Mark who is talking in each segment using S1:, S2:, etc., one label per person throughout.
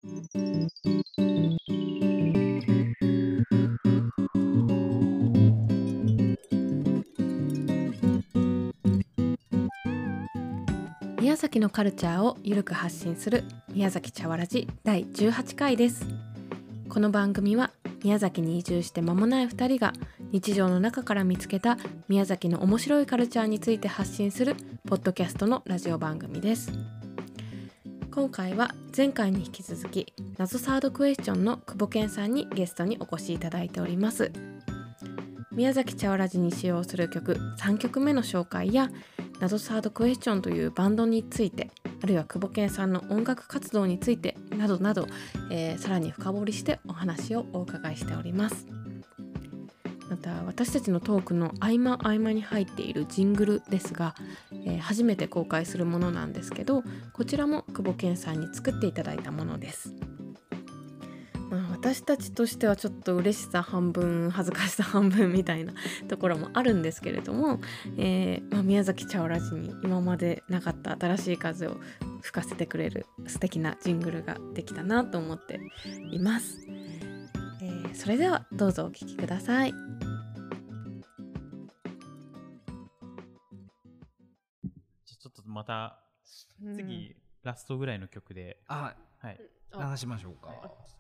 S1: 宮崎のカルチャーをゆるく発信する宮崎茶わらじ第18回です。この番組は宮崎に移住して間もない2人が日常の中から見つけた宮崎の面白いカルチャーについて発信するポッドキャストのラジオ番組です。今回は前回に引き続き謎サードクエスチョンの久保健さんにゲストにお越しいただいております。宮崎茶わらじに使用する曲3曲目の紹介や謎サードクエスチョンというバンドについて、あるいは久保健さんの音楽活動についてなどなど、さらに深掘りしてお話をお伺いしております。また私たちのトークの合間合間に入っているジングルですが、初めて公開するものなんですけど、こちらも久保健さんに作っていただいたものです。私たちとしてはちょっと嬉しさ半分恥ずかしさ半分みたいなところもあるんですけれども、宮崎茶わらじに今までなかった新しい風を吹かせてくれる素敵なジングルができたなと思っています。それではどうぞお聴きください。
S2: じゃちょっとまた次、ラストぐらいの曲で、
S3: はい、流しましょうか。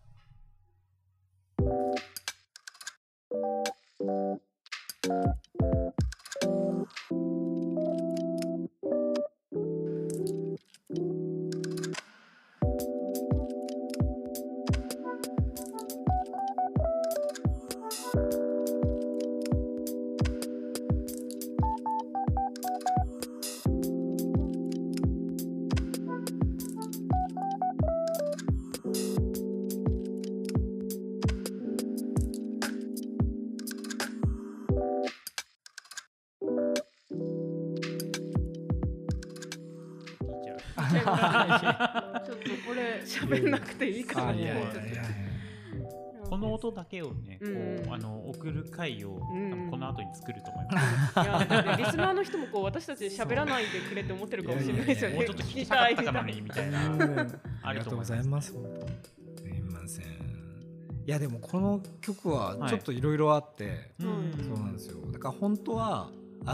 S1: ちょっとこれ喋んなくていいかなと思って。
S2: この音だけをね、送る回を、この後に作ると思います。
S1: いやリスナーの人も私たち喋らないでくれって思ってるかもしれないですよね。
S2: もうちょっと聞きたかったかのにみたいな。
S3: ありがとうございます。すみません。いやでもこの曲はちょっといろいろあって、そうなんですよ。だから本当は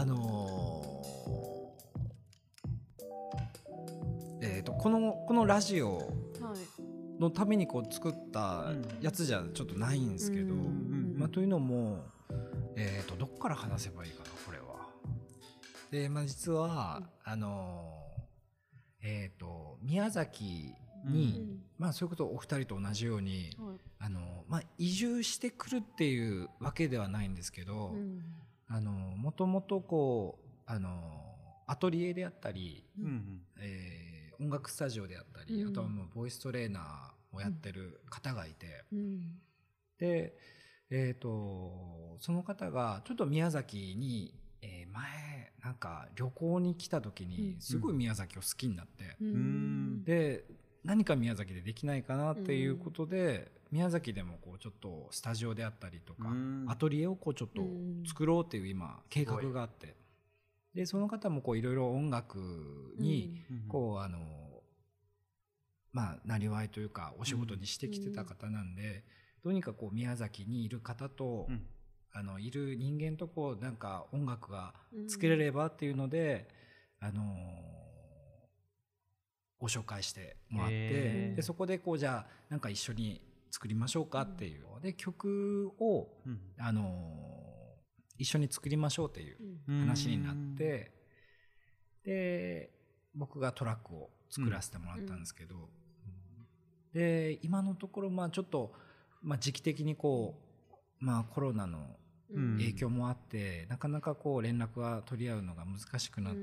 S3: このラジオのために作ったやつじゃちょっとないんですけど、というのも、どっから話せばいいかなこれは。で、実は宮崎に、そういうことをお二人と同じように、移住してくるっていうわけではないんですけど、もともとアトリエであったり、音楽スタジオであったり、あとはもうボイストレーナーをやってる方がいて、で、その方がちょっと宮崎に、前なんか旅行に来た時にすごい宮崎を好きになって、で何か宮崎でできないかなっていうことで、宮崎でもちょっとスタジオであったりとか、アトリエをちょっと作ろうっていう今計画があって、でその方もいろいろ音楽になりわいというかお仕事にしてきてた方なんで、どうにか宮崎にいる方と、いる人間となんか音楽が作れればっていうので、ご紹介してもらって、でそこでじゃあなんか一緒に作りましょうかっていう、で曲を、一緒に作りましょうっていう話になって、で僕がトラックを作らせてもらったんですけど、で今のところちょっと、時期的にコロナの影響もあって、なかなか連絡が取り合うのが難しくなって、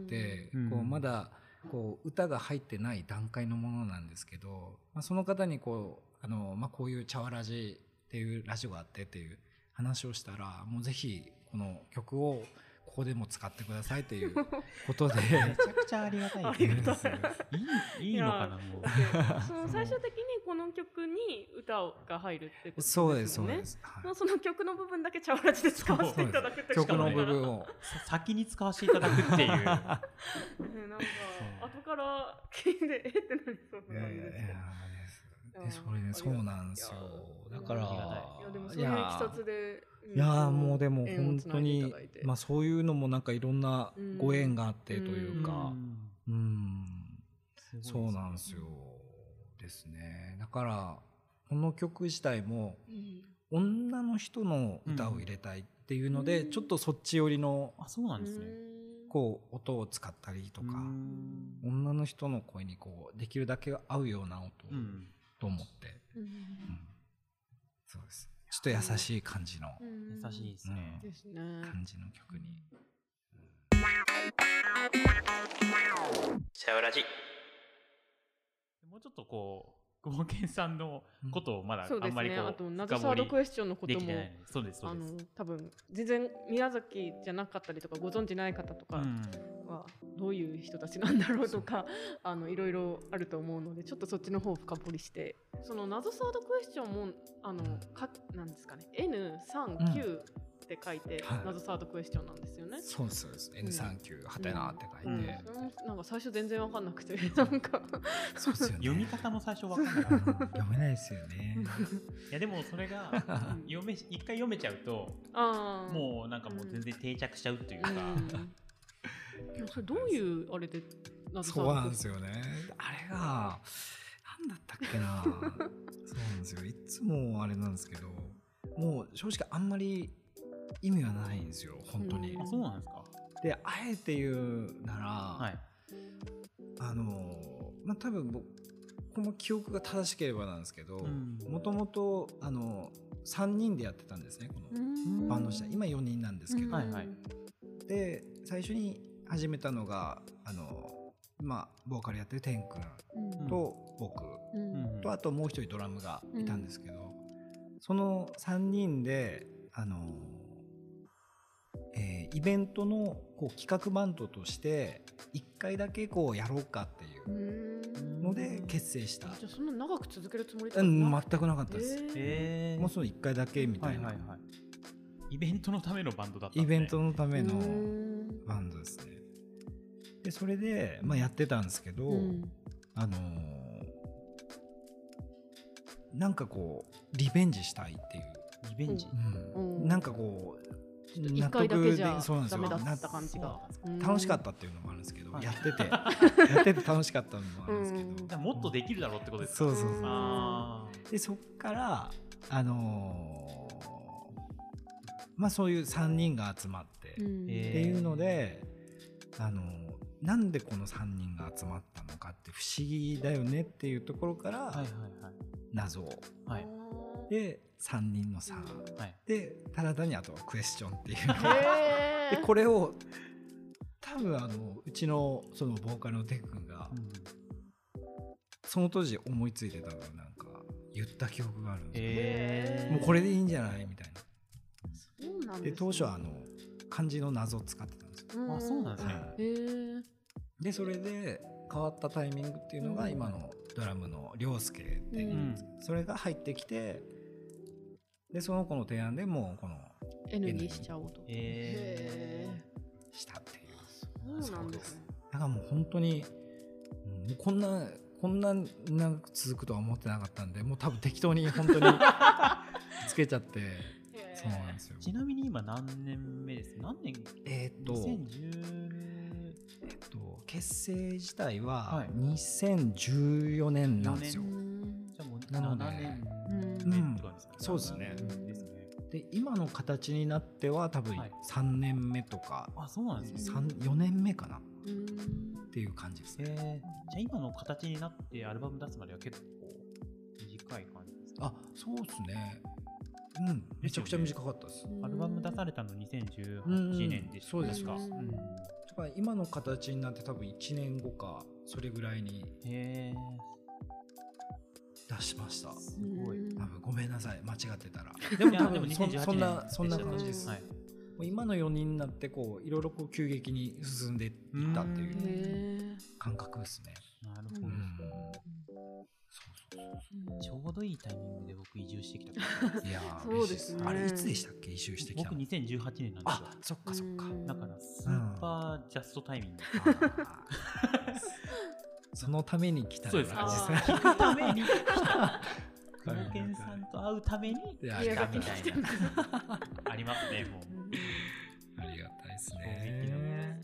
S3: まだ歌が入ってない段階のものなんですけど、その方にこういう茶わらじっていうラジオがあってっていう話をしたら、もうぜひこの曲をここでも使ってくださいということでめ
S2: ちゃくちゃありがたいですいいのかな。もう
S1: 最終的にこの曲に歌が入るってことです
S3: よね。
S1: そうです
S3: そうです、
S1: もうその曲の部分だけ茶わらじで使わせていただくって
S3: 曲の部分を
S2: 先に使わせていただくっていうなんか
S1: 後から聞いてってなりそうなんですけど、
S3: それね、そうなんですよ。だから、
S1: いやでもそういういきさつで、
S3: いやもうでも本当に、まあそういうのもなんかいろんなご縁があってというか、そうなんですよ。ですね。だからこの曲自体も女の人の歌を入れたいっていうので、ちょっとそっち寄りの、
S2: そうなんですね。
S3: こう音を使ったりとか、女の人の声にこうできるだけ合うような音と思って、そうです。ちょっと優しい感じの、
S2: 優しいですね。
S3: 感じの曲に。
S2: シャウラジ。もうちょっとこう。ゴーケンさんのことをまだあんまりこう、
S1: あと謎サードクエスチョンのことも
S2: そうですそうです。
S1: 多分全然宮崎じゃなかったりとかご存じない方とかはどういう人たちなんだろうとかいろいろあると思うので、ちょっとそっちの方を深掘りして、その謎サードクエスチョンもなんですかね N39って書いて、謎サードクエスチョンなんですよね。
S3: そうですそうです。N39 はてなって書いて、
S1: なんか最初全然分かんなくて、なんか
S3: そうですよね。
S2: 読み方も最初分かんない。
S3: 読めないですよね。
S2: いやでもそれが一回読めちゃうと、もうなんかもう全然定着しちゃうというか。
S1: それどういうあれで
S3: 謎サードクエスチョン？そうなんですよね。あれがなんだったっけな。そうなんですよ。いつもあれなんですけど、もう正直あんまり意味はないんですよ、本当に。
S2: そうなんですか。
S3: で、あえて言うなら、まあ多分僕この記憶が正しければなんですけど、もともと3人でやってたんですね、このバンド自体。今4人なんですけど、で最初に始めたのがまあボーカルやってる天くんと僕と、あともう一人ドラムがいたんですけど、その3人でイベントのこう企画バンドとして1回だけこうやろうかっていうので結成した。
S1: じゃあそんな長く続けるつもり？
S3: 全くなかったです。もうその1回だけみたいな。
S2: イベントのためのバンドだったんですね。
S3: イベントのためのバンドですね。でそれで、まあ、やってたんですけど、なんかこうリベンジしたいっていう。
S2: リベンジ？
S3: なんかこう
S1: 1回だけじゃダメだった感じが
S3: 楽しかったっていうのもあるんですけど、やってて楽しかったのもあるんですけど、
S2: もっとできるだろうってことですか？
S3: そうでそっからまあそういう3人が集まってっていうので、なんでこの3人が集まったのかって不思議だよねっていうところから謎を、で3人の差、でただ単にあとクエスチョンっていうでこれを多分うちのそのボーカルのテク君が、その当時思いついて多分なんか言った記憶があるんですよ。もうこれでいいんじゃないみたいな。
S1: そうなんですね。
S3: で当初は漢字の謎を使ってたんですよ。
S2: そうなんですね。
S3: でそれで変わったタイミングっていうのが今のドラムの涼介っていう、それが入ってきて、でその子の提案でもうこの
S1: N にしちゃおうと
S3: したっていう。
S1: そうなんですね。
S3: だからもう本当に、こんな長く続くとは思ってなかったんで、もう多分適当に本当につけちゃってそうなんですよ。
S2: ちなみに今何年目です？何年？2010
S3: 結成自体は2014年なんですよ。
S2: じゃあもう7年目とかですかね。
S3: そうですね。で今の形になっては多分3年目とか、
S2: そうなんですね。
S3: 4年目かなっていう感じですね。
S2: じゃあ今の形になってアルバム出すまでは結構短い感じですか？
S3: そうですね。めちゃくちゃ短かったです。
S2: アルバム出されたの2018年でした。
S3: そうですか。だから今の形になって多分1年後かそれぐらいに出しました。すごい。ごめんなさい間違ってたら。でも多分そんな感じです。今の4人になってこういろいろこう急激に進んでいったっていう感覚ですね。
S2: なるほど。ちょうどいいタイミングで僕移住してきた。
S3: いやそうですね。あれいつでしたっけ移住してきたの？
S2: 僕2018年なんですよ。
S3: そっか。だ
S2: からスーパージャストタイミング。
S3: そのために来たような感じですね。
S2: 聞くために来た。クロケンさんと会うために来たみたいなありますね。もう
S3: ありがたいですね。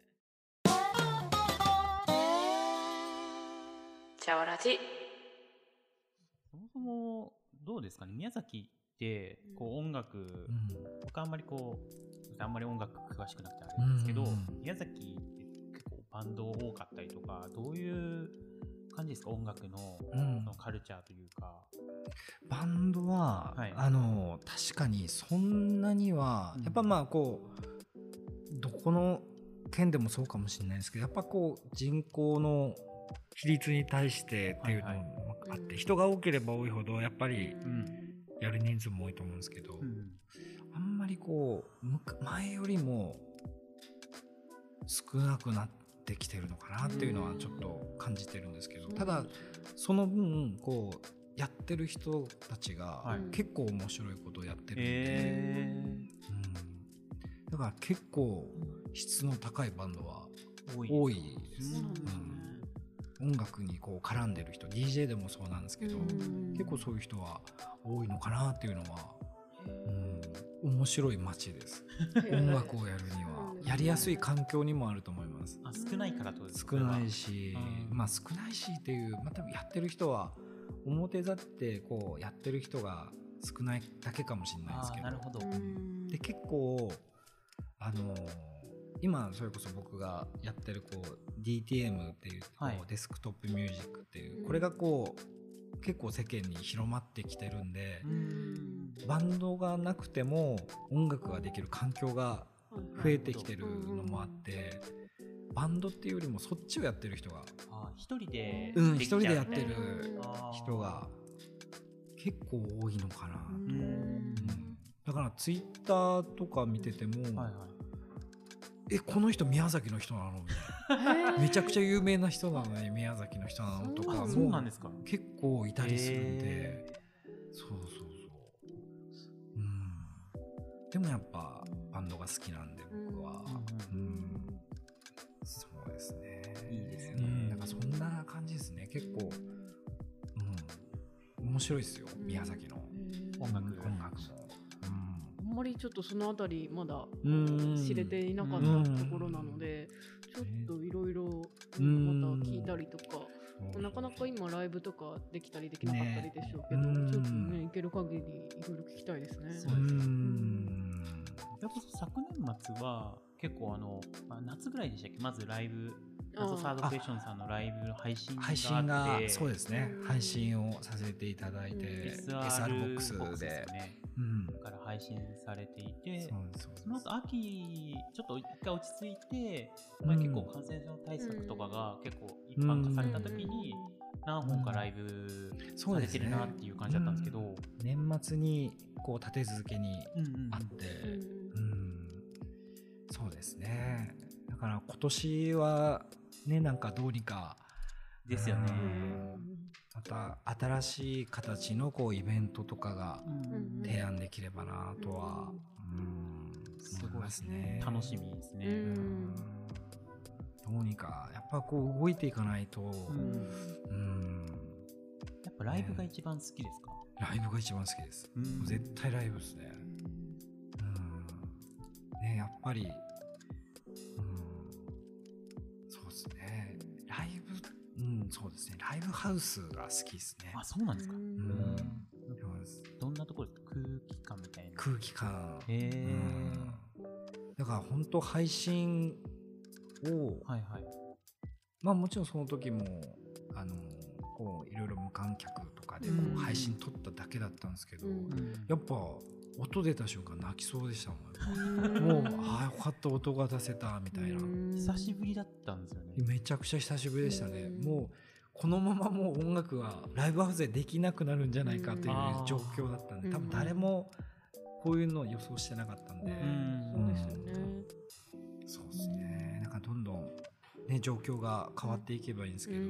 S1: チャワラジ。
S2: そもそもどうですかね、宮崎ってこう音楽、僕あんまり音楽詳しくなくてあれなんですけど、宮崎って結構バンド多かったりとか、どういう感じですか、音楽の、そのカルチャーというか。
S3: バンドは、はい、確かにそんなには、やっぱどこの県でもそうかもしれないですけど、やっぱ人口の比率に対してっていうのもあって、人が多ければ多いほどやっぱりやる人数も多いと思うんですけど、あんまり前よりも少なくなってきてるのかなっていうのはちょっと感じてるんですけど、ただその分やってる人たちが結構面白いことをやってるんで、だから結構質の高いバンドは多いです。音楽に絡んでる人、 DJ でもそうなんですけど、結構そういう人は多いのかなっていうのは、面白い街です。音楽をやるにはやりやすい環境にもあると思います。
S2: 少ないからとです
S3: か。少ないし、少ないしっていう、多分やってる人は表立ってやってる人が少ないだけかもしれないですけど。
S2: なるほど。
S3: で結構今それこそ僕がやってるDTM っていうデスクトップミュージックっていう、これが結構世間に広まってきてるんで、バンドがなくても音楽ができる環境が増えてきてるのもあって、バンドっていうよりもそっちをやってる人が
S2: 一人で
S3: やってる人が結構多いのかなと。だからツイッターとか見てても、この人宮崎の人なのみたいなめちゃくちゃ有名な人なのに宮崎の人なのとかも結構いたりするんで、でもやっぱバンドが好きなんで僕は、そうですね、
S2: いいですね。
S3: なんかそんな感じですね。結構、面白いですよ、宮崎の音楽も。
S4: あんまりちょっとそのあたりまだ知れていなかったところなので、ちょっといろいろまた聞いたりとか、なかなか今ライブとかできたりできなかったりでしょうけど、ちょっとね、行ける限りいろいろ聞きたいですね。
S2: そうですね。それこそ昨年末は結構夏ぐらいでしたっけ、まずライブ、サードクエスチョンさんのライブの配信があって、
S3: そうですね、配信をさせていただいて、SR ボックスで
S2: から配信されていて、その後秋ちょっと一回落ち着いて、結構感染症対策とかが結構一般化された時に何本かライブされてるなっていう感じだったんですけど、
S3: 年末に立て続けにあって、そうですね。だから今年はね、なんかどうにか
S2: ですよね。
S3: また新しい形のイベントとかが提案できればなとは思いますね。
S2: 楽しみですね。
S3: どうにかやっぱ動いていかないと。
S2: やっぱライブが一番好きですか？
S3: ライブが一番好きです。絶対ライブですね。ね、やっぱりそうですね。ライブ、そうですね。ライブハウスが好きですね。
S2: そうなんですか。どんなところですか？空気感みたいな。
S3: 空気感。だから本当配信を、もちろんその時もいろいろ無観客とかで配信撮っただけだったんですけど、やっぱ音出た瞬間泣きそうでしたもん。もうよかった、音が出せたみたいな。
S2: 久しぶりだったんですよね。
S3: めちゃくちゃ久しぶりでしたね。もうこのままもう音楽はライブハウスでできなくなるんじゃないかっていう状況だったんで、多分誰もこういうのを予想してなかったんで。
S4: そうですよね。
S3: そうですね。なんかどんどんね、状況が変わっていけばいいんですけど。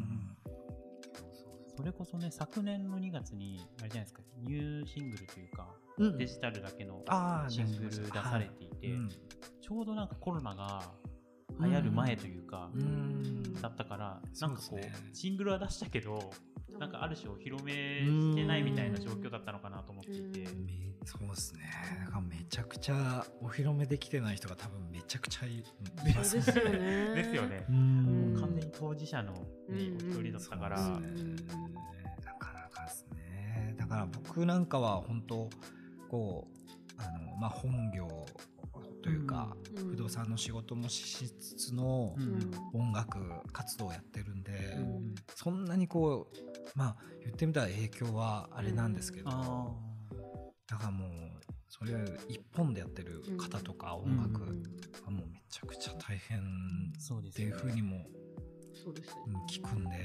S2: それこそね、昨年の2月にあれじゃないですか、ニューシングルというか、デジタルだけのシングル出されていて、ちょうどなんかコロナが流行る前というか、だったから、なんかこうシングルは出したけど、なんかある種お披露目してないみたいな状況だったのかなと思っていて、
S3: そうですね。だからめちゃくちゃお披露目できてない人が多分めちゃくちゃいますね。
S4: ですよね。
S2: ですよね。完全に当事者のお一人だったから、なか
S3: なかですね。だから僕なんかは本当こう本業というか、不動産の仕事もしつつの音楽活動をやってるんで、そんなにこう言ってみたら影響はあれなんですけど、だからもうそれ一本でやってる方とか音楽はもうめちゃくちゃ大変っていう風にも聞くんで、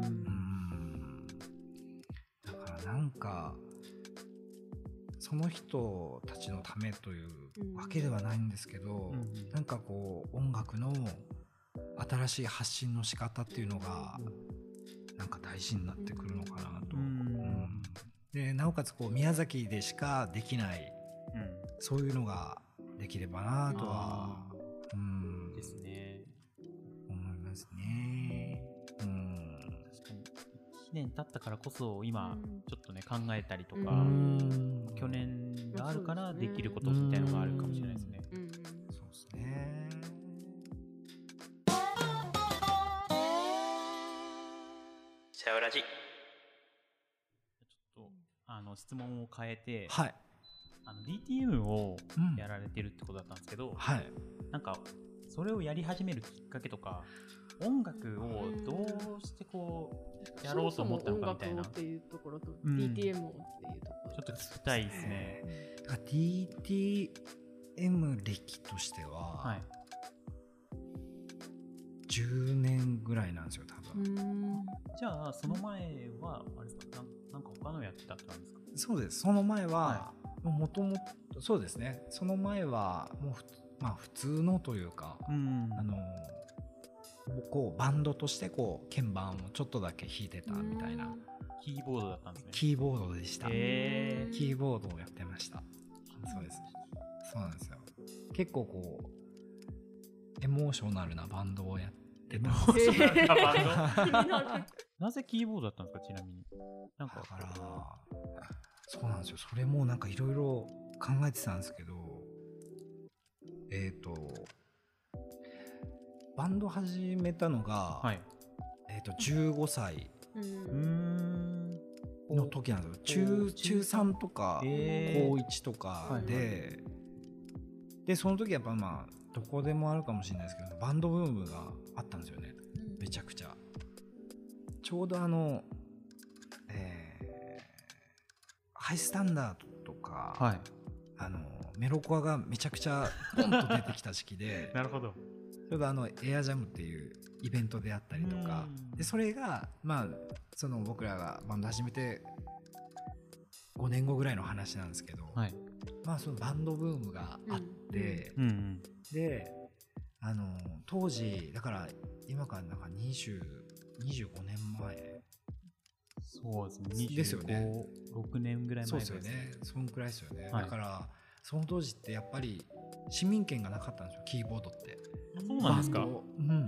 S3: だからなんかその人たちのためというわけではないんですけど、なんかこう音楽の新しい発信の仕方っていうのがなんか大事になってくるのかなと。でなおかつこう宮崎でしかできない、そういうのができればなとは
S2: ですね、
S3: 思いますね。
S2: 確かに1年経ったからこそ今ちょっとね考えたりとか、去年があるからできることみたいなのがあるかもしれないですね。
S3: そうですね。
S2: シャウラジ。ちょっと質問を変えて、
S3: はい、
S2: DTM をやられてるってことだったんですけど、なんかそれをやり始めるきっかけとか、音楽をどうしてこうやろうと思ったのかみたいな。
S4: 音楽をっていうところと DTM をっていうところ、
S2: ちょっと聞きたいですね。
S3: DTM 歴としては、10年ぐらいなんですよ多分。
S2: じゃあその前はあれですか、なんか他のやってたってなんですか？
S3: そうです。その前はもともとそうですね。その前はもう普通のというか、こうバンドとしてこう鍵盤をちょっとだけ弾いてたみたいな。
S2: キーボードだったんですね。
S3: キーボードでした。キーボードをやってました。そうです。そうなんですよ。結構こうエモーショナルなバンドをやってた。
S2: なぜキーボードだったんですか、ちなみに。なんか
S3: だからそうなんですよ。それもなんかいろいろ考えてたんですけど、バンド始めたのが、15歳の時なんですよ。中3とか高1とかで、でその時やっぱどこでもあるかもしれないですけど、バンドブームがあったんですよね。めちゃくちゃ。ちょうどハイスタンダードとか、メロコアがめちゃくちゃポンと出てきた時期で
S2: なるほど。
S3: ちょうどエアジャムっていうイベントであったりとかで、それがその僕らがバンド始めて5年後ぐらいの話なんですけど、そのバンドブームがあって、で当時だから今からなんか25年前
S2: そうですね、
S3: ですよね。
S2: 6年ぐらい前です
S3: よね。そんくらいですよね。だからその当時ってやっぱり市民権がなかったんですよ、キーボードって。
S2: そうなんですか？
S3: も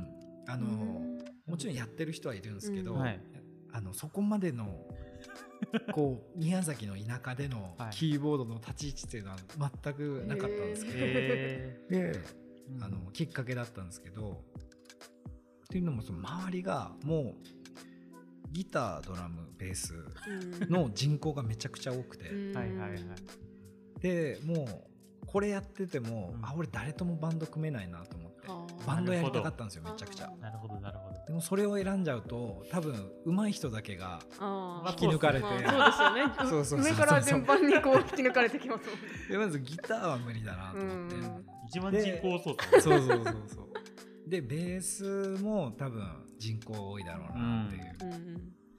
S3: ちろんやってる人はいるんですけど、そこまでのこう宮崎の田舎でのキーボードの立ち位置っていうのは全くなかったんですけど、できっかけだったんですけど、っていうのもその周りがもうギター、ドラム、ベースの人口がめちゃくちゃ多くて、でもうこれやってても、俺誰ともバンド組めないなと思って、バンドやりたかったんですよ、めちゃくちゃ。
S2: なるほどなるほど。
S3: でもそれを選んじゃうと多分上手い人だけが引き抜かれて、
S4: そうですよね。上から順番にこう引き抜かれてきますもんね。
S3: でまずギターは無理だなと思って、
S2: 一番人口そう
S3: そうでベースも多分人口多いだろうなっていう、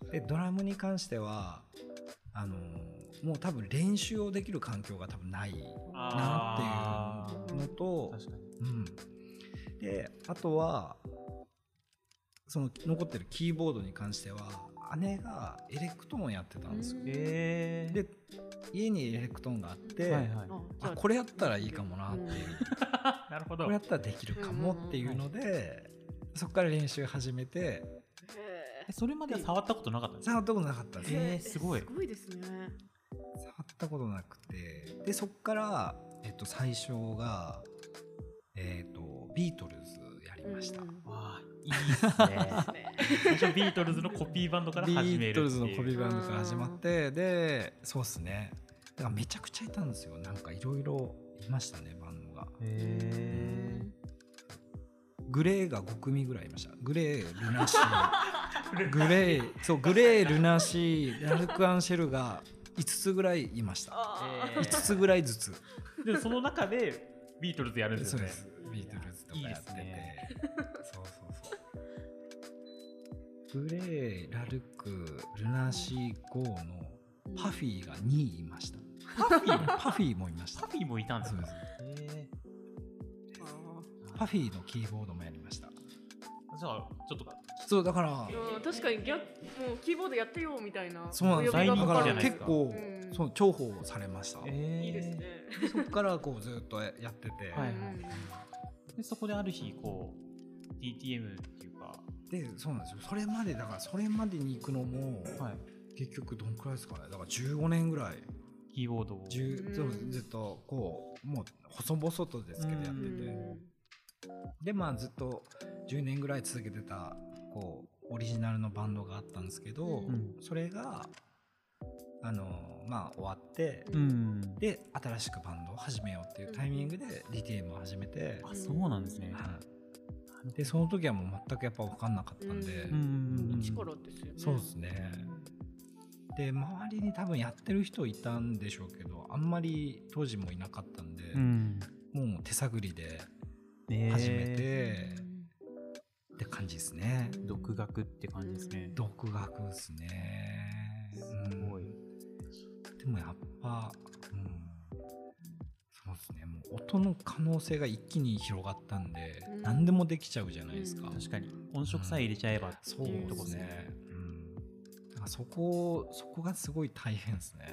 S3: でドラムに関してはもう多分練習をできる環境が多分ないなっていうのと、であとはその残ってるキーボードに関しては姉がエレクトーンやってたんですよ。で家にエレクトーンがあって、 これやったらいいかもなっていう
S2: なるほど。
S3: これやったらできるかもっていうので、そこから練習始めて。
S2: それまでは触ったことなかったんですか？
S3: 触ったことなかったで
S2: す。すごい。
S4: すごいですね。
S3: 触ったことなくて、でそこから、最初が、ビートルズやりました。
S2: わあ、いいですね。最初ビートルズのコピーバンドから始めるっていう。
S3: ビートルズのコピーバンドから始まって、でそうですね。だからめちゃくちゃいたんですよ。なんかいろいろいましたね、バンドが。グレーが5組ぐらいいました。グレー、ルナシーグレー、ルナシー、ラルクアンシェルが5つぐらいいました。5つぐらいずつ。
S2: でその中でビートルズやるんですよね。
S3: そうです。ビートルズとかやってて、いいね、そうグレー、ラルク、ルナシー5のパフィーが2位いました。パフィーもいました。
S2: パフィーもいたんですか？
S3: パフィーのキーボードもやりました。
S2: じゃあちょっと
S3: そうだから
S4: 確かにもうキーボードやってよみたいな。
S3: そうなんです。だから結構そう重宝されました。
S4: いいですね。
S3: そこからこうずっとやってて、
S2: でそこである日こう DTM っていうか
S3: でそうなんですよ。それまでに行くのも、結局どんくらいですかね。だから15年ぐらい
S2: キーボードを
S3: ずっとこうもう細々とですけどやってて。でずっと10年ぐらい続けてたこうオリジナルのバンドがあったんですけど、それが終わって、で新しくバンドを始めようっていうタイミングで DTM を始めて、
S2: そうなんですね。
S3: でその時はもう全くやっぱ分かんなかったんで、
S4: 一からですよね。
S3: そうですね。で周りに多分やってる人いたんでしょうけど、あんまり当時もいなかったんで、もう手探りで始めてって感じですね。
S2: 独学って感じですね。
S3: 独学ですね。すごい。でもやっぱ、そうですね。もう音の可能性が一気に広がったんで、何でもできちゃうじゃないですか。
S2: 確かに音色さえ入れちゃえばっていうところですね。
S3: だからそこがすごい大変ですね。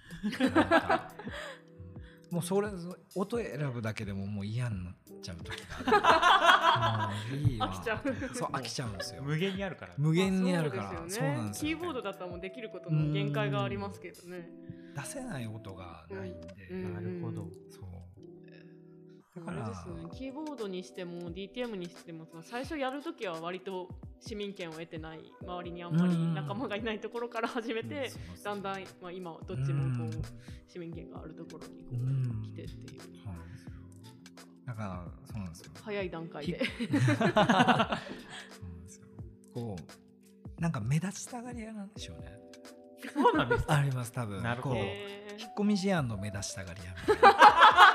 S3: もう音選ぶだけでももう嫌になっちゃう時がある。もういいわ。飽きちゃうんですよ。
S2: 無限にあるから。
S3: 無限にあるから。そうなんですよ。
S4: キーボードだったらもうできることの限界がありますけどね。
S3: 出せない音がないんで。
S2: なるほど。
S3: そう。
S4: だからですね。キーボードにしても DTM にしても最初やるときは割と市民権を得てない、周りにあんまり仲間がいないところから始めて、だんだん今はどっちもこう市民権があるところにこう来てっていう。
S3: だからそうなんですよ。
S4: 早い段階で。
S3: そうなんですよ。こうなんか目立ちたがり屋なんでしょうね。
S2: そうなんですか。
S3: あります多分。
S2: なるほど。
S3: 引っ込み思案の目立ちたがり屋みたいな。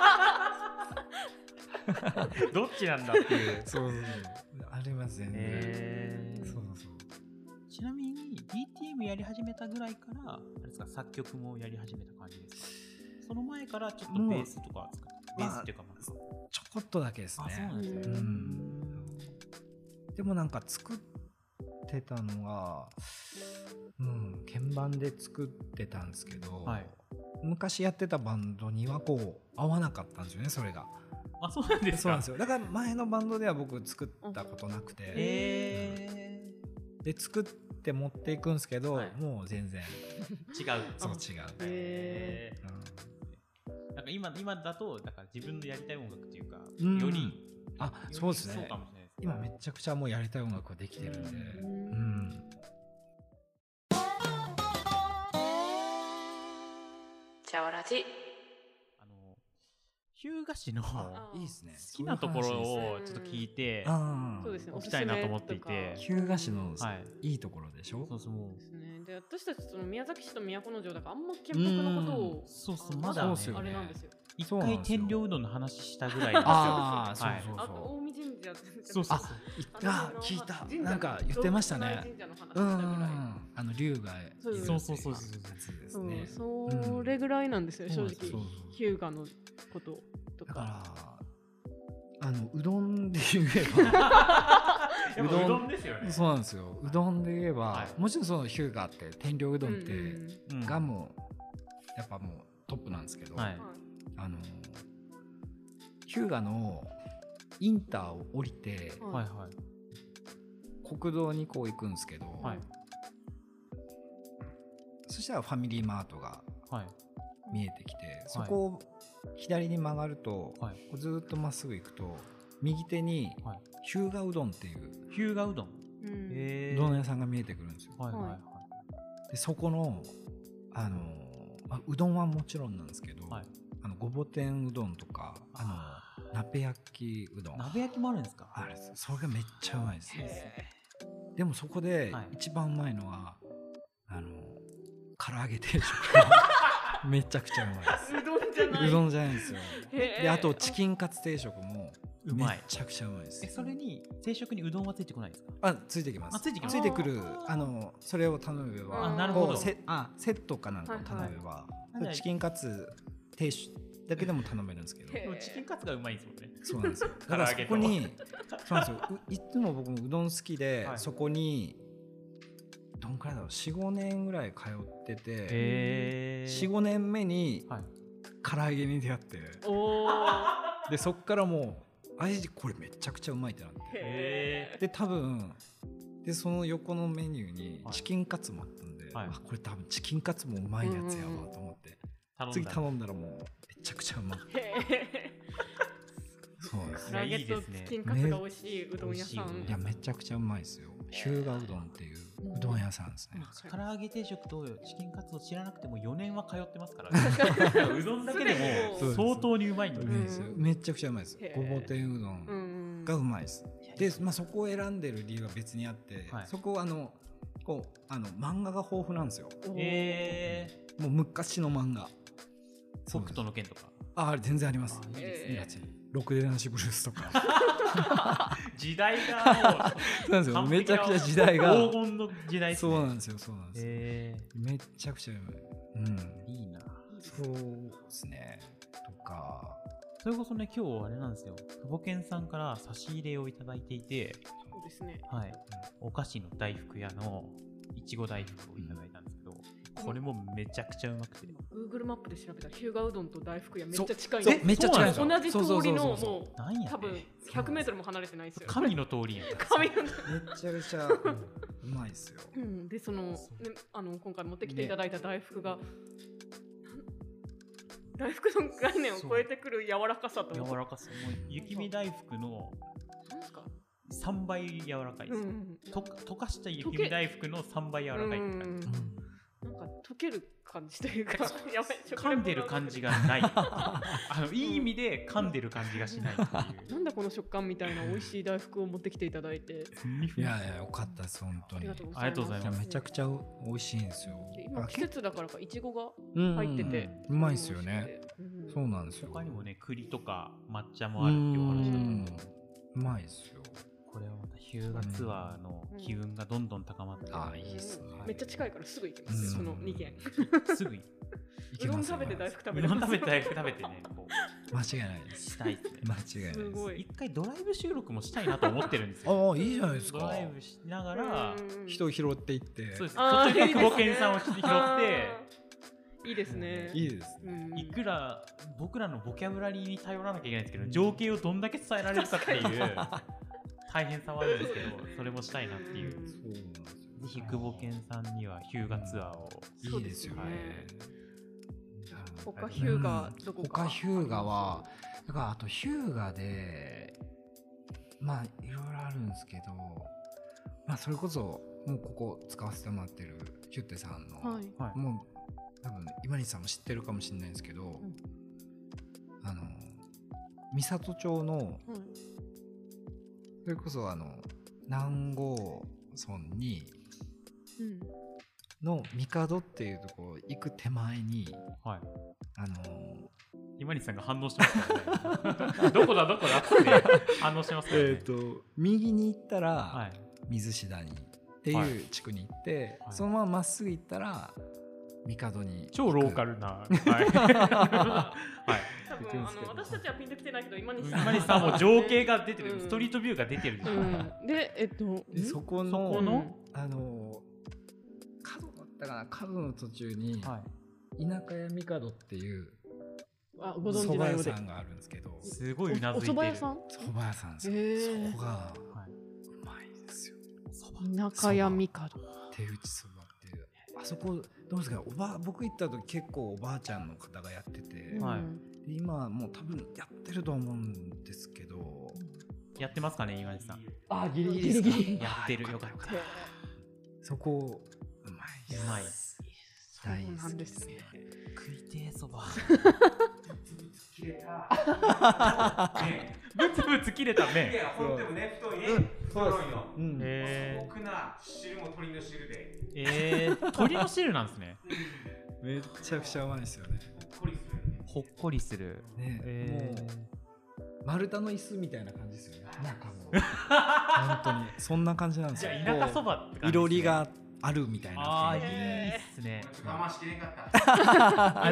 S2: どっちなんだっていう。
S3: そうありますね。そう
S2: ちなみに DTM やり始めたぐらいからあれですか、作曲もやり始めた感じですか？その前からちょっとベースとか作ってベースっていうか
S3: ちょこっとだけですね。
S2: そうなんですね。
S3: でもなんか作ってたのが、鍵盤で作ってたんですけど、昔やってたバンドにはこう合わなかったんですよね、それが。
S2: あ、そうなんですか。
S3: そうなんですよ。だから前のバンドでは僕作ったことなくて、で作って持っていくんですけど、もう全然
S2: 違う。
S3: そう違う。
S2: なんか今だとだから自分のやりたい音楽っていうか、より
S3: そうですね。
S2: そうかもしれないです。
S3: 今めちゃくちゃもうやりたい音楽ができてるんで。
S1: チャワラジ。
S2: 日向市の
S3: いいですね。
S2: 好きなところをちょっと聞いておきたいなと思っていて、
S3: 日向市のいいところでしょ。
S4: そうですね。で私たちその宮崎市と都城だからあんま県北のことを
S2: まだ
S4: あれなんですよ。
S2: 一回天領うどんの話したぐらいですよ。
S4: あと近江神社。
S3: 聞いた。なんか言ってましたね。龍が
S4: それぐらいなんですよ正直。日向のこととか。だ
S3: からうどんで言えば
S2: うどんですよね。
S3: そうなんですよ。うどんで言えばもちろんその日向って天領うどんってがもうやっぱもうトップなんですけど、 日向のインターを降りて、
S2: はいはい、
S3: 国道にこう行くんですけど、はい、そしたらファミリーマートが見えてきて、はい、そこを左に曲がると、はい、ずっとまっすぐ行くと右手に日向うどんっていう
S2: 日向うどん、
S3: うどん屋さんが見えてくるんですよ、はいはいはい、でそこの、うどんはもちろんなんですけど、はい、ごぼ天うどんとか鍋焼きうどん、
S2: 鍋焼きもあるんですか？
S3: あれ、それがめっちゃうまいです。でもそこで一番うまいのは、唐揚げ定食めちゃくちゃうまいです。
S4: うどんじゃない、
S3: うどんじゃないんですよ。で、あとチキンカツ定食もめちゃくちゃうまいです。
S2: それに定食にうどんはついてこないですか？
S3: ついてきます。
S2: ついてきます。
S3: ついてくる、それを頼めば、
S2: なるほど、
S3: セットかなんかを頼めば、はいはい、チキンカツ定食だけでも頼めるんですけど、
S2: チキンカツがうまいんですもんね。
S3: そうなんですよ。だからそこにそうなんですよ。いつも僕もうどん好きで、はい、そこにどんくらいだろう、 4,5 年ぐらい通ってて、4,5 年目に唐揚げに出会って、でそっからもうこれめちゃくちゃうまいってなって、で多分でその横のメニューにチキンカツもあったんで、はい、これ多分チキンカツもうまいやつやわと思って、次頼んだらもうめちゃくちゃうまい。そうですね。
S4: 唐揚げとチキンカツが美味しいうどん屋さん。
S3: いやめちゃくちゃうまいですよ。日向うどんっていううどん屋さんですね。
S2: 唐揚げ定食とチキンカツを知らなくても4年は通ってますからね。うどんだけでも相当にうまいんですよ。
S3: めちゃくちゃうまいです。ごぼ天うどんがうまいです。で、そこを選んでる理由は別にあって、そここう漫画が豊富なんですよ。もう昔の漫画。
S2: 北斗の拳とか。
S3: あれ全然あります。いいですね。ろくでなしブルースとか。
S2: 時代が
S3: そうなんですよ。めちゃくちゃ時代が
S2: 黄金の時代ですね。
S3: そうなんですよ。そうなんですよ。めちゃくちゃうまい。
S2: いいな。
S3: そうですね。とか。
S2: それこそね、今日あれなんですよ。久保健さんから差し入れをいただいていて、
S4: そうですね。
S2: はい。お菓子の大福屋のいちご大福をいただいたんですけど、これもめちゃくちゃうまくて、
S4: Google マップで調べたら日向うどんと大福屋めっちゃ近い。
S3: めっちゃ近い。
S4: 同じ通りのもう多分100メートルも離れてないですよ。
S2: 神の通りやん。
S4: 神の通り。
S3: めちゃくちゃうまいですよ。
S4: で今回持ってきていただいた大福が、大福の概念を超えてくる柔らかさと。
S2: 柔らかさ。もう雪見大福の3倍柔らかいです。溶かした雪見大福の3倍柔らかいって感じ。
S4: なんか溶ける感じというか、
S2: やばい、噛んでる感じがないいい意味で噛んでる感じがしないっていう
S4: なんだこの食感みたいな美味しい大福を持ってきていただいて
S3: いやよかったです本当に。
S2: ありがとうございます。
S3: めちゃくちゃ美味しいんですよ。
S4: 今季節だからかいちごが入ってて
S3: うまいですよね。そうなんですよ。
S2: 他にもね栗とか抹茶もあるっていうお話だった。
S3: うまいですよ。
S2: これはまた日向ツアーの機運がどんどん高まって、
S3: いいですね。
S4: めっちゃ近いからすぐ行けます。その2軒
S2: すぐ行
S4: けます。うどん食べて大福食べてね、
S2: こ
S3: う間違いないです。
S2: したいですね。
S3: 間違いないです。
S4: すごい。
S2: 一回ドライブ収録もしたいなと思ってるんですよ。
S3: いいじゃないですか。
S2: ドライブしながら
S3: 人を拾っていって、
S2: そうです。途中で久保健さんを拾って。
S4: いいですね。
S3: いいですね。
S2: いくら僕らのボキャブラリーに頼らなきゃいけないんですけど、情景をどんだけ伝えられるかっていう大変さはあるんですけど、それもしたいなっていう。ぜひ久保健さんには日向ツアーを。
S3: いいですよね。
S4: 他日向どこか。
S3: 他日向はだからあと日向でまあいろいろあるんですけど、まあそれこそもうここ使わせてもらってるヒュッテさんの、もう多分今西さんも知ってるかもしれないんですけど、三郷町のそれこそ南郷村にの帝っていうところ行く手前に、
S2: 今西さんが反応してますからね。どこだって反応してますからね。
S3: 右に行ったら水志谷っていう地区に行って、そのまままっすぐ行ったら帝に
S2: 超ローカルな。
S4: 私たちはピンときてないけど今西
S2: さんも情景が出てる、ストリートビューが出てる。
S4: で
S3: そこの角だったかな、角の途中に田舎屋帝っていう
S4: ご存知のようで。
S3: 蕎麦屋さんがあるんですけど、
S2: すごいうなずいてる。
S4: お蕎麦屋さん？
S3: 蕎麦屋さんですよ。そこがうまいんですよ。
S4: 田舎屋みかど。
S3: 手打ち蕎麦っていう。あそこどうですか？僕行った時結構おばあちゃんの方がやってて、で今もう多分やってると思うんですけど。
S2: やってますかね、岩井さん。
S3: ギリギリですか。
S2: やってる。よかった。
S3: そこうまい。
S4: そうなんですね。
S2: 食いてえそば。
S5: 切れた。
S2: ブツブツ切れた麺。
S5: ほんでもね、太いね。太いの。僕な汁も鶏の汁で。
S2: 鶏の汁なんですね。
S3: めちゃくちゃうまいですよね。
S2: ほっこりする。
S3: もう丸太の椅子みたいな感じですよね。なんかもう本当にそんな感じなんですよ。
S2: 田舎そばって感じ。
S3: いろりがあるみたいな感じ。
S2: いいっすね。
S5: 我慢しきれんかった。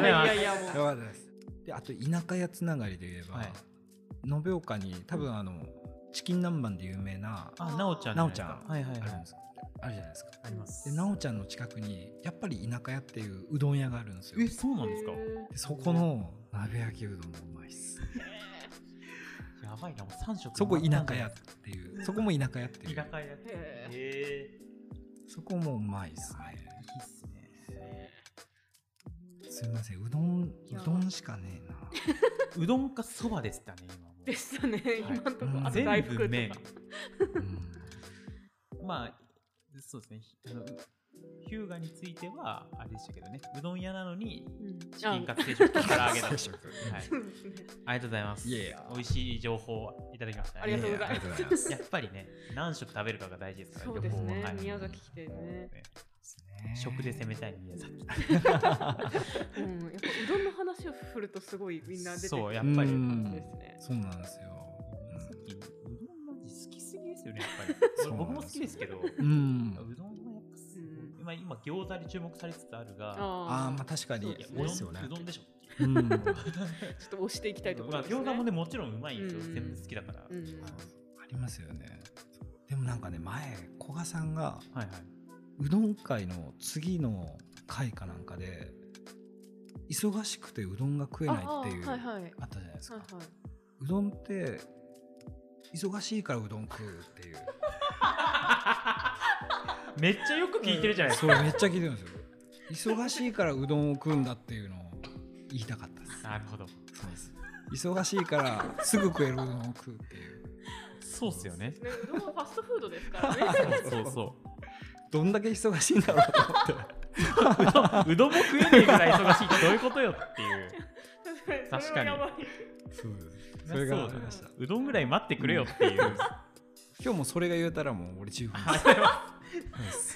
S4: いやもう。
S3: よかったです。で、あと田舎屋つながりで言えば、延岡に多分チキン南蛮で有名な
S2: なおちゃん
S3: あるんですあるじゃないですか。
S2: あります。
S3: で、なおちゃんの近くにやっぱり田舎屋っていううどん屋があるんですよ。
S2: そうなんですか。
S3: で、そこの鍋焼きうどんもうまいっす。
S2: やばいな、もう3食。
S3: そこ田舎屋っていう、そこも田舎屋っていう。
S2: 田舎屋。
S3: そこもうまいっすね。
S2: いいっすね。
S3: すみません、うどんしかねえな。
S2: うどんかそばでしたね、今も。
S4: でしたね、今のところ。
S2: 全部麺。まあ、そうですね。ヒューガについてはあれでしたけどね、うどん屋なのにチキンカツ定食と唐揚げだ。ありがとうございます。美味しい情報をいただきました。
S4: ありがとうございます。
S2: やっぱりね、何食食べるかが大事ですから。
S4: そうですね。宮崎来てね。
S2: 食で攻めたい宮崎。
S4: やっぱうどんの話を振るとすごいみんな出てくる。
S2: そうやっぱり
S4: ですね。
S3: そうなんですよ。
S2: うどんマジ好きすぎですよね、やっぱり。僕も好きですけど、うどんはやっぱすごい。今餃子で注目されつつあるが、
S3: まあ確かに
S2: うどんでしょ。
S4: ちょっと押していきたいところですね。
S2: 餃子もね、もちろんうまいんですよ。全部好きだから。あ
S3: りますよね。でもなんかね、前古賀さんがうどん会の次の会かなんかで忙しくてうどんが食えないっていうあったじゃないですか。うどんって忙しいからうどん食うっていう。
S2: めっちゃよく聞いてるじゃないです
S3: か。そう、めっちゃ聞いてるんですよ。忙しいからうどんを食うんだっていうのを言いたかったです。
S2: なるほど。
S3: そうです。忙しいからすぐ食えるうどんを食うっていう。
S2: そうっすよね。
S4: うどんはファストフードですからね。
S2: そう。
S3: どんだけ忙しいんだろうと思って。
S2: うどんも食えねえぐらい忙しいってどういうことよっていう。確かに。
S3: それがありました。
S2: うどんぐらい待ってくれよっていう。
S3: 今日もそれが言えたらもう俺十分です。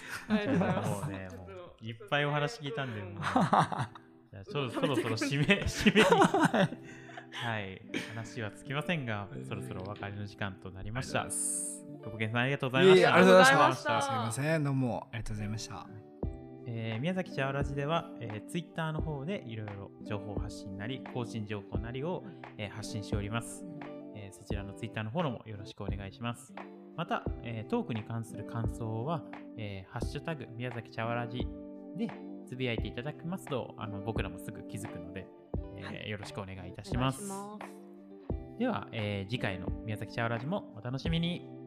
S2: もうね、いっぱいお話聞いたんで、もう。じゃあそろそろ締めに。はい、話はつきませんが、そろそろお別れの時間となりました。ごぼけんさんありがとうございました。
S3: ありがとうございました。すみません、どうもありがとうございました。
S2: 宮崎茶わらじでは、ツイッターの方でいろいろ情報発信なり更新情報なりを、発信しております。そちらのツイッターのフォローもよろしくお願いします。また、トークに関する感想は、ハッシュタグ宮崎茶わらじでつぶやいていただきますと、僕らもすぐ気づくので、よろしくお願いいたします。では、次回の宮崎茶わらじもお楽しみに。